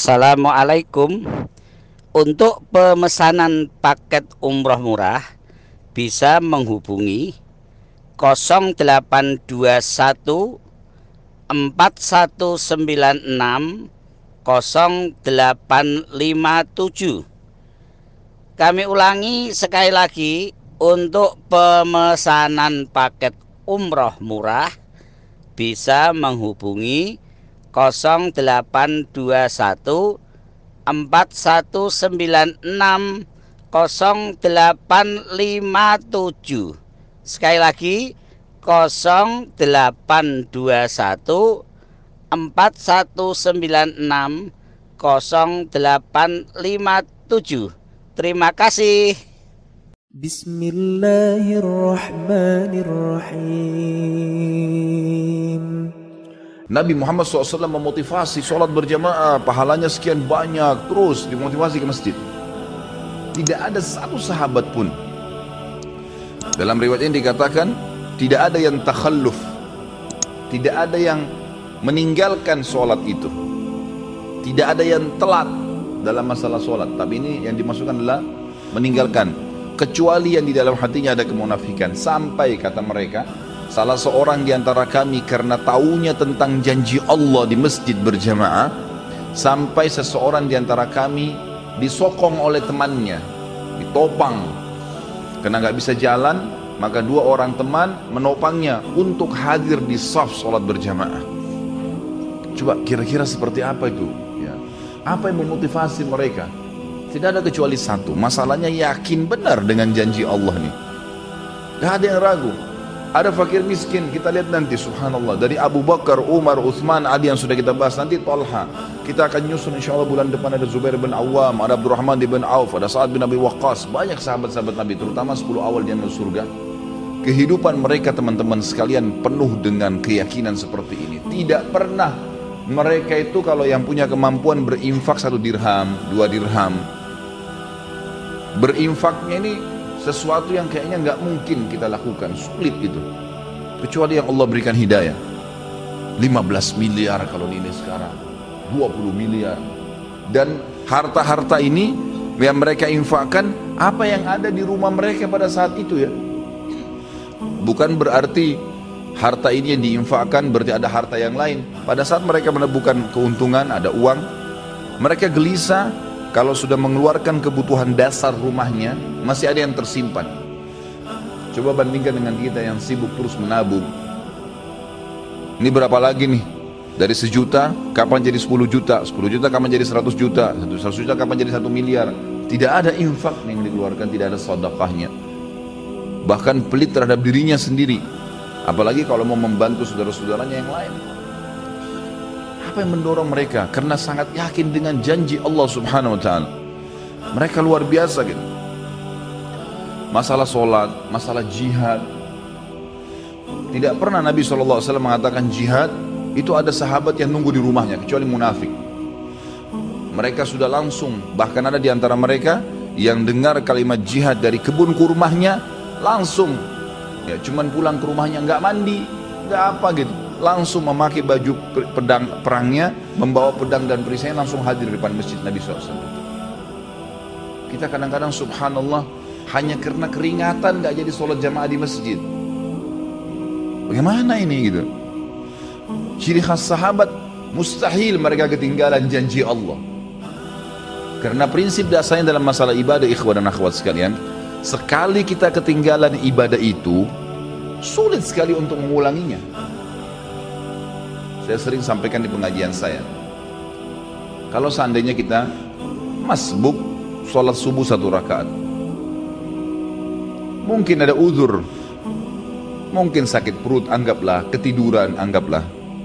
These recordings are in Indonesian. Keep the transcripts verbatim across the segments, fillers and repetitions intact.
Assalamualaikum. Untuk pemesanan paket umroh murah bisa menghubungi nol delapan dua satu empat satu sembilan enam nol delapan lima tujuh. Kami ulangi sekali lagi, untuk pemesanan paket umroh murah bisa menghubungi nol delapan dua satu empat satu sembilan enam nol delapan lima tujuh. Sekali lagi, nol delapan dua satu empat satu sembilan enam nol delapan lima tujuh. Terima kasih. Bismillahirrahmanirrahim. Nabi Muhammad shallallahu alaihi wasallam memotivasi sholat berjamaah, pahalanya sekian banyak, terus dimotivasi ke masjid. Tidak ada satu sahabat pun. Dalam riwayat ini dikatakan, tidak ada yang takhalluf, tidak ada yang meninggalkan sholat itu, tidak ada yang telat dalam masalah sholat. Tapi ini yang dimasukkan adalah meninggalkan, kecuali yang di dalam hatinya ada kemunafikan. Sampai kata mereka, salah seorang di antara kami karena taunya tentang janji Allah di masjid berjamaah, sampai seseorang di antara kami disokong oleh temannya, ditopang, karena nggak bisa jalan, maka dua orang teman menopangnya untuk hadir di shaf sholat berjamaah. Coba kira-kira seperti apa itu? Ya. Apa yang memotivasi mereka? Tidak ada kecuali satu, masalahnya yakin benar dengan janji Allah nih. Gak ada yang ragu. Ada fakir miskin, kita lihat nanti, subhanallah, dari Abu Bakar, Umar, Uthman, Ali yang sudah kita bahas, nanti Talha. Kita akan nyusun insya Allah bulan depan, ada Zubair bin Awam, ada Abdurrahman bin Auf, ada Sa'ad bin Abi Waqqas. Banyak sahabat-sahabat Nabi, terutama sepuluh awal di surga. Kehidupan mereka teman-teman sekalian penuh dengan keyakinan seperti ini. Tidak pernah mereka itu kalau yang punya kemampuan berinfak satu dirham, dua dirham. Berinfaknya ini sesuatu yang kayaknya nggak mungkin kita lakukan, sulit itu, kecuali yang Allah berikan hidayah. Lima belas miliar kalau ini sekarang, dua puluh miliar, dan harta-harta ini yang mereka infakkan, apa yang ada di rumah mereka pada saat itu ya. Bukan berarti harta ini yang diinfakkan berarti ada harta yang lain. Pada saat mereka menemukan keuntungan, ada uang, mereka gelisah. Kalau sudah mengeluarkan kebutuhan dasar rumahnya, masih ada yang tersimpan. Coba bandingkan dengan kita yang sibuk terus menabung. Ini berapa lagi nih? Dari sejuta, kapan jadi sepuluh juta? sepuluh juta kapan jadi seratus juta? seratus juta kapan jadi satu miliar? Tidak ada infak yang dikeluarkan, tidak ada sedekahnya. Bahkan pelit terhadap dirinya sendiri. Apalagi kalau mau membantu saudara-saudaranya yang lain. Apa yang mendorong mereka? Karena sangat yakin dengan janji Allah subhanahu wa ta'ala. Mereka luar biasa gitu. Masalah sholat, masalah jihad, tidak pernah Nabi shallallahu alaihi wasallam mengatakan jihad itu ada sahabat yang nunggu di rumahnya, kecuali munafik. Mereka sudah langsung, bahkan ada di antara mereka yang dengar kalimat jihad dari kebun kurmahnya, langsung ya cuman pulang ke rumahnya, nggak mandi, nggak apa gitu, langsung memakai baju pedang perangnya, membawa pedang dan perisainya, langsung hadir di depan masjid Nabi shallallahu alaihi wasallam. Kita kadang-kadang subhanallah hanya karena keringatan gak jadi sholat jamaah di masjid. Bagaimana ini gitu? Ciri khas sahabat, mustahil mereka ketinggalan janji Allah. Karena prinsip dasarnya dalam masalah ibadah, ikhwan dan akhwat sekalian, sekali kita ketinggalan ibadah itu, sulit sekali untuk mengulanginya. Saya sering sampaikan di pengajian saya, kalau seandainya kita masbuk sholat subuh satu rakaat, mungkin ada uzur, mungkin sakit perut, anggaplah, ketiduran, anggaplah.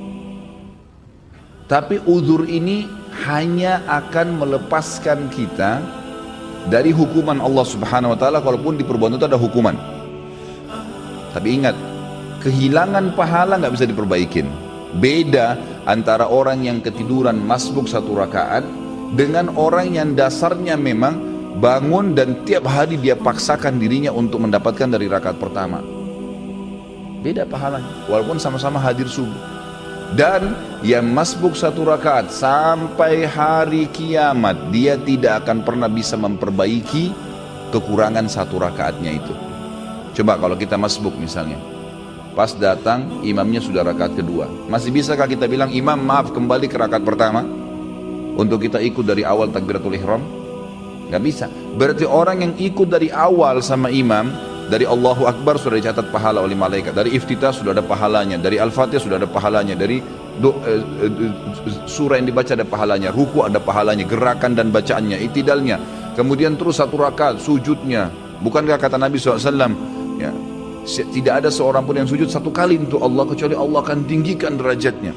Tapi uzur ini hanya akan melepaskan kita dari hukuman Allah subhanahu wa ta'ala, kalaupun di perbuatan itu ada hukuman. Tapi ingat, kehilangan pahala nggak bisa diperbaikin. Beda antara orang yang ketiduran masbuk satu rakaat dengan orang yang dasarnya memang bangun dan tiap hari dia paksakan dirinya untuk mendapatkan dari rakaat pertama. Beda pahalanya, walaupun sama-sama hadir subuh. Dan yang masbuk satu rakaat sampai hari kiamat, dia tidak akan pernah bisa memperbaiki kekurangan satu rakaatnya itu. Coba kalau kita masbuk misalnya, pas datang imamnya sudah rakaat kedua, masih bisakah kita bilang, imam maaf kembali ke rakaat pertama untuk kita ikut dari awal takbiratul ihram? Gak bisa. Berarti orang yang ikut dari awal sama imam, dari Allahu Akbar sudah dicatat pahala oleh malaikat, dari iftitah sudah ada pahalanya, dari Al-Fatihah sudah ada pahalanya, dari do, eh, eh, surah yang dibaca ada pahalanya, ruku ada pahalanya, gerakan dan bacaannya, itidalnya, kemudian terus satu rakaat sujudnya. Bukankah kata Nabi shallallahu alaihi wasallam, ya, tidak ada seorang pun yang sujud satu kali untuk Allah kecuali Allah akan tinggikan derajatnya.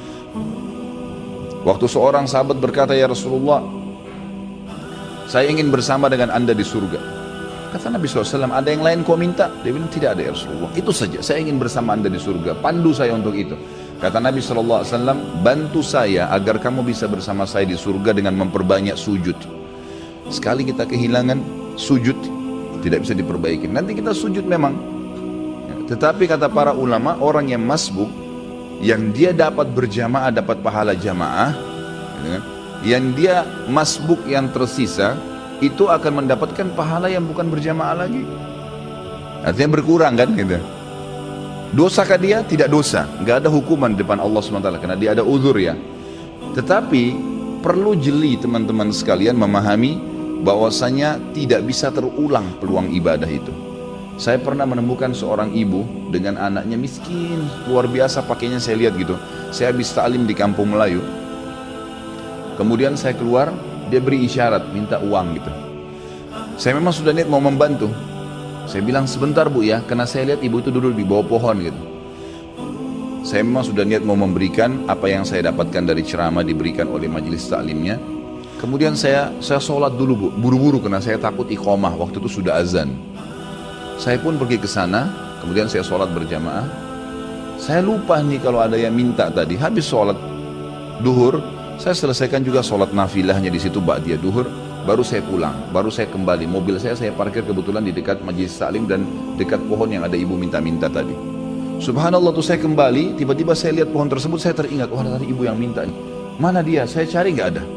Waktu seorang sahabat berkata, ya Rasulullah, saya ingin bersama dengan anda di surga. Kata Nabi shallallahu alaihi wasallam, ada yang lain kau minta? Dia bilang, tidak ada ya Rasulullah, itu saja, saya ingin bersama anda di surga, pandu saya untuk itu. Kata Nabi shallallahu alaihi wasallam, bantu saya agar kamu bisa bersama saya di surga dengan memperbanyak sujud. Sekali kita kehilangan sujud, tidak bisa diperbaiki. Nanti kita sujud memang, tetapi kata para ulama, orang yang masbuk, yang dia dapat berjamaah, dapat pahala jamaah, yang dia masbuk yang tersisa, itu akan mendapatkan pahala yang bukan berjamaah lagi. Artinya berkurang kan gitu. Dosakah dia? Tidak dosa, nggak ada hukuman di depan Allah subhanahu wa taala karena dia ada uzur ya. Tetapi perlu jeli teman-teman sekalian memahami bahwasanya tidak bisa terulang peluang ibadah itu. Saya pernah menemukan seorang ibu dengan anaknya miskin luar biasa, pakainya saya lihat gitu. Saya habis ta'lim di kampung Melayu, kemudian saya keluar, dia beri isyarat minta uang gitu. Saya memang sudah niat mau membantu. Saya bilang sebentar bu ya, karena saya lihat ibu itu duduk di bawah pohon gitu. Saya memang sudah niat mau memberikan apa yang saya dapatkan dari ceramah diberikan oleh majelis taklimnya. Kemudian saya saya sholat dulu bu, buru-buru karena saya takut iqamah, waktu itu sudah azan. Saya pun pergi ke sana, kemudian saya sholat berjamaah. Saya lupa nih kalau ada yang minta tadi. Habis sholat duhur, saya selesaikan juga sholat nafilahnya di situ ba'diyah duhur, baru saya pulang, baru saya kembali. Mobil saya saya parkir kebetulan di dekat majelis taklim dan dekat pohon yang ada ibu minta-minta tadi. Subhanallah tuh saya kembali, tiba-tiba saya lihat pohon tersebut, saya teringat, wah tadi ibu yang minta nih. Mana dia? Saya cari nggak ada.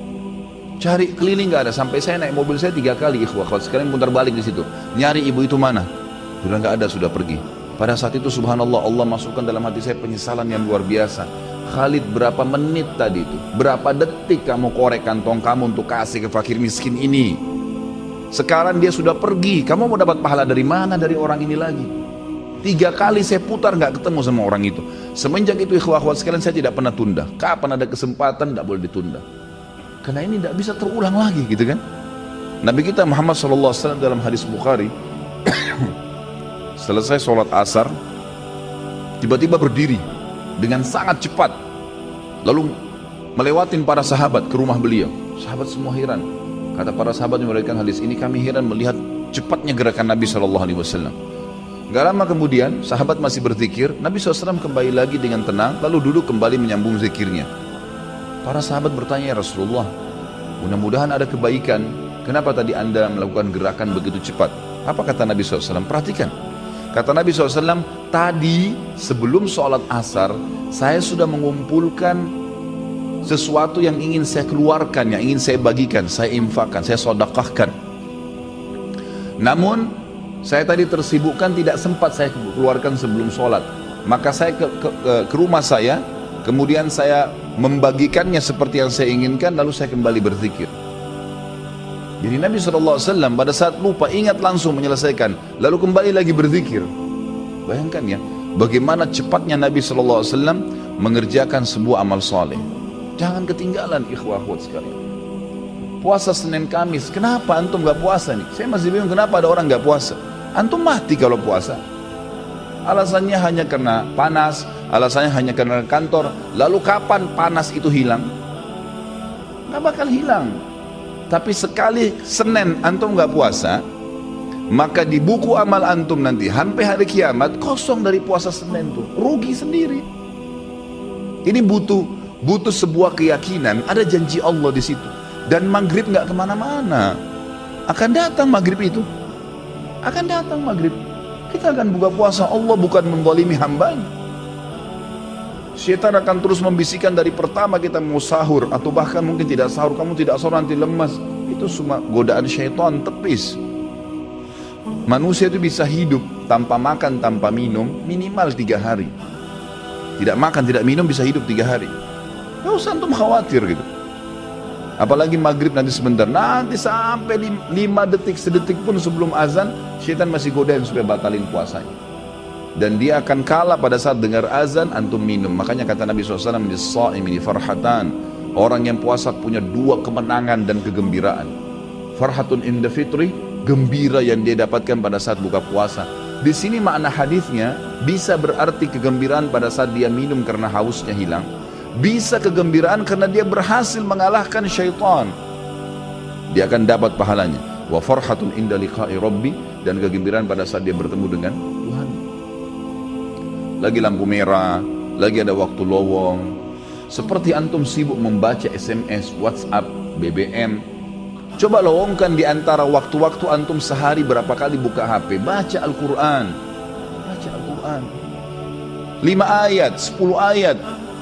Cari keliling nggak ada, sampai saya naik mobil saya tiga kali ikhwah, sekalian putar balik di situ. Nyari ibu itu mana? Sudah nggak ada, sudah pergi. Pada saat itu subhanallah Allah masukkan dalam hati saya penyesalan yang luar biasa. Khalid, berapa menit tadi itu, berapa detik kamu korek kantong kamu untuk kasih ke fakir miskin ini. Sekarang dia sudah pergi, kamu mau dapat pahala dari mana dari orang ini lagi? Tiga kali saya putar nggak ketemu sama orang itu. Semenjak itu ikhwah-ikhwah sekalian saya tidak pernah tunda. Kapan ada kesempatan tidak boleh ditunda. Karena ini tidak bisa terulang lagi gitu kan. Nabi kita Muhammad shallallahu alaihi wasallam dalam hadis Bukhari, selesai sholat asar, tiba-tiba berdiri dengan sangat cepat, lalu melewatin para sahabat ke rumah beliau. Sahabat semua heran. Kata para sahabat yang meriwayatkan hadis ini, kami heran melihat cepatnya gerakan Nabi shallallahu alaihi wasallam. Gak lama kemudian sahabat masih berzikir, Nabi shallallahu alaihi wasallam kembali lagi dengan tenang, lalu duduk kembali menyambung zikirnya. Para sahabat bertanya, ya Rasulullah, mudah-mudahan ada kebaikan, kenapa tadi anda melakukan gerakan begitu cepat? Apa kata Nabi shallallahu alaihi wasallam? Perhatikan. Kata Nabi shallallahu alaihi wasallam, tadi sebelum sholat asar, saya sudah mengumpulkan sesuatu yang ingin saya keluarkan, yang ingin saya bagikan, saya infakkan, saya sedekahkan. Namun, saya tadi tersibukkan, tidak sempat saya keluarkan sebelum sholat. Maka saya ke, ke, ke, ke rumah saya, kemudian saya membagikannya seperti yang saya inginkan, lalu saya kembali berzikir. Jadi Nabi shallallahu alaihi wasallam pada saat lupa ingat langsung menyelesaikan, lalu kembali lagi berzikir. Bayangkan ya, bagaimana cepatnya Nabi shallallahu alaihi wasallam mengerjakan sebuah amal soleh. Jangan ketinggalan ikhwah-ikhwat sekalian. Puasa Senin Kamis, kenapa antum gak puasa nih? Saya masih bingung kenapa ada orang gak puasa. Antum mati kalau puasa. Alasannya hanya karena panas, alasannya hanya karena kantor. Lalu kapan panas itu hilang? Gak bakal hilang. Tapi sekali Senin antum gak puasa, maka di buku amal antum nanti sampai hari kiamat kosong dari puasa Senin tuh, rugi sendiri. Ini butuh butuh sebuah keyakinan, ada janji Allah di situ. Dan maghrib gak kemana-mana, akan datang maghrib itu, akan datang maghrib. Kita akan buka puasa, Allah bukan menzalimi hambanya. Syaitan akan terus membisikkan dari pertama kita mau sahur, atau bahkan mungkin tidak sahur, kamu tidak sahur nanti lemas. Itu semua godaan syaitan, tepis. Manusia itu bisa hidup tanpa makan, tanpa minum minimal tiga hari. Tidak makan, tidak minum bisa hidup tiga hari. Gak usah antum khawatir gitu. Apalagi maghrib nanti sebentar, nanti sampai lima detik, sedetik pun sebelum azan, syaitan masih godain supaya batalin puasanya. Dan dia akan kalah pada saat dengar azan, antum minum. Makanya kata Nabi shallallahu alaihi wasallam, "Lis-shaimi farhatan." Orang yang puasa punya dua kemenangan dan kegembiraan. Farhatun inda fitri, gembira yang dia dapatkan pada saat buka puasa. Di sini makna hadisnya bisa berarti kegembiraan pada saat dia minum karena hausnya hilang. Bisa kegembiraan karena dia berhasil mengalahkan syaitan. Dia akan dapat pahalanya. Wa farhatun inda liqa'i rabbi, dan kegembiraan pada saat dia bertemu dengan Tuhan. Lagi lampu merah, lagi ada waktu lowong. Seperti antum sibuk membaca S M S, WhatsApp, B B M. Coba lowongkan di antara waktu-waktu antum sehari berapa kali buka H P, baca Al-Quran. Baca Al-Quran. lima ayat, sepuluh ayat.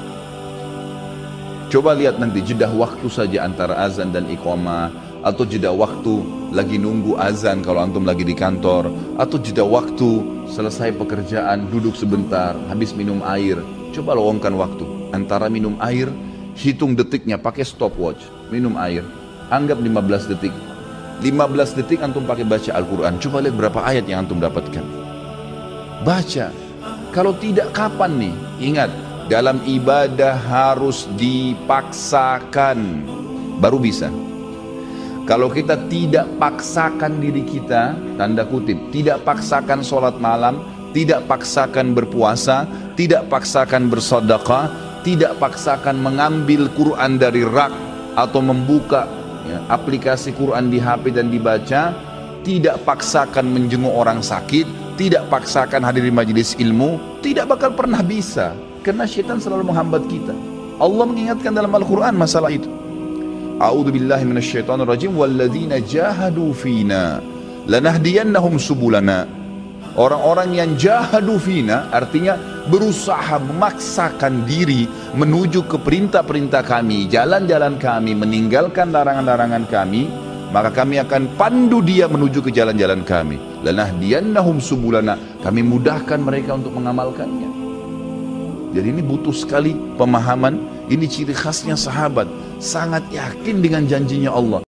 Coba lihat nanti jeda waktu saja antara azan dan iqamah, atau jeda waktu lagi nunggu azan kalau antum lagi di kantor, atau jeda waktu selesai pekerjaan duduk sebentar habis minum air. Coba lowongkan waktu antara minum air, hitung detiknya pakai stopwatch. Minum air, anggap lima belas detik. lima belas detik antum pakai baca Al-Quran. Coba lihat berapa ayat yang antum dapatkan. Baca. Kalau tidak, kapan nih? Ingat, dalam ibadah harus dipaksakan baru bisa. Kalau kita tidak paksakan diri kita, tanda kutip, tidak paksakan sholat malam, tidak paksakan berpuasa, tidak paksakan bersedekah, tidak paksakan mengambil Quran dari rak atau membuka ya, aplikasi Quran di H P dan dibaca, tidak paksakan menjenguk orang sakit, tidak paksakan hadir di majelis ilmu, tidak bakal pernah bisa. Karena syaitan selalu menghambat kita. Allah mengingatkan dalam Al-Quran masalah itu. A'udzu billahi minasyaitonir rajim, walladzina jahadu fina lanahdiyannahum subulana. Orang-orang yang jahadu fina artinya berusaha memaksakan diri menuju ke perintah-perintah kami, jalan-jalan kami, meninggalkan larangan-larangan kami, maka kami akan pandu dia menuju ke jalan-jalan kami. Lanahdiyannahum subulana, kami mudahkan mereka untuk mengamalkannya. Jadi ini butuh sekali pemahaman. Ini ciri khasnya sahabat, sangat yakin dengan janjinya Allah.